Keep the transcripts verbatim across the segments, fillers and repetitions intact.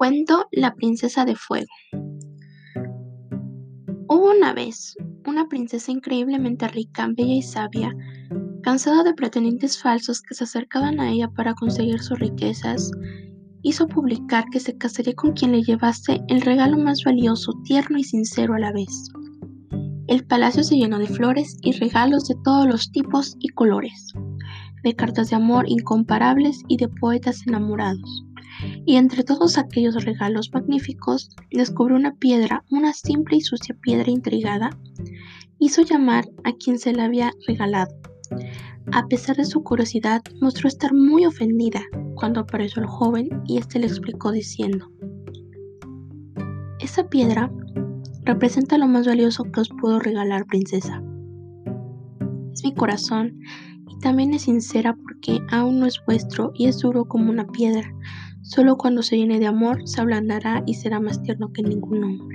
Cuento La princesa de fuego. Hubo una vez una princesa increíblemente rica, bella y sabia, cansada de pretendientes falsos que se acercaban a ella para conseguir sus riquezas. Hizo publicar que se casaría con quien le llevase el regalo más valioso, tierno y sincero a la vez. El palacio se llenó de flores y regalos de todos los tipos y colores, de cartas de amor incomparables y de poetas enamorados. Y entre todos aquellos regalos magníficos, descubrió una piedra, una simple y sucia piedra intrigada. Hizo llamar a quien se la había regalado. A pesar de su curiosidad, mostró estar muy ofendida cuando apareció el joven y éste le explicó diciendo: «Esa piedra representa lo más valioso que os puedo regalar, princesa. Es mi corazón y también es sincera porque aún no es vuestro y es duro como una piedra. Solo cuando se llene de amor se ablandará y será más tierno que ningún hombre».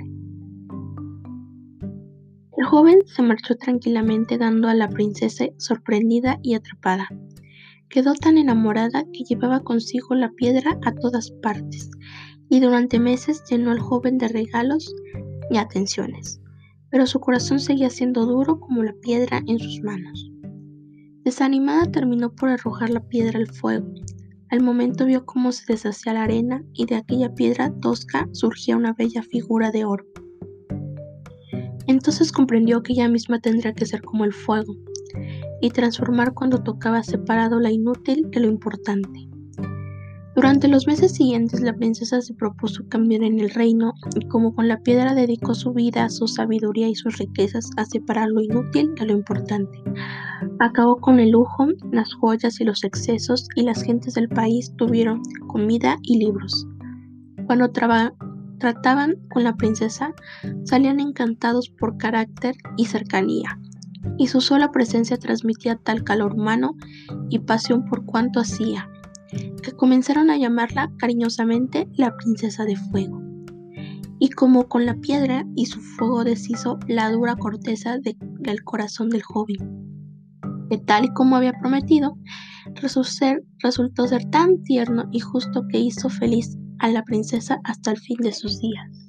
El joven se marchó tranquilamente, dando a la princesa sorprendida y atrapada. Quedó tan enamorada que llevaba consigo la piedra a todas partes, y durante meses llenó al joven de regalos y atenciones, pero su corazón seguía siendo duro como la piedra en sus manos. Desanimada, terminó por arrojar la piedra al fuego. Al momento vio cómo se deshacía la arena y de aquella piedra tosca surgía una bella figura de oro. Entonces comprendió que ella misma tendría que ser como el fuego y transformar cuando tocaba separado lo inútil de lo importante. Durante los meses siguientes, la princesa se propuso cambiar en el reino y, como con la piedra, dedicó su vida, su sabiduría y sus riquezas a separar lo inútil de lo importante. Acabó con el lujo, las joyas y los excesos, y las gentes del país tuvieron comida y libros. Cuando traba- trataban con la princesa, salían encantados por carácter y cercanía, y su sola presencia transmitía tal calor humano y pasión por cuanto hacía, que comenzaron a llamarla cariñosamente la princesa de fuego. Y como con la piedra y su fuego deshizo la dura corteza de- del corazón del joven, que tal y como había prometido, resultó ser, resultó ser tan tierno y justo que hizo feliz a la princesa hasta el fin de sus días.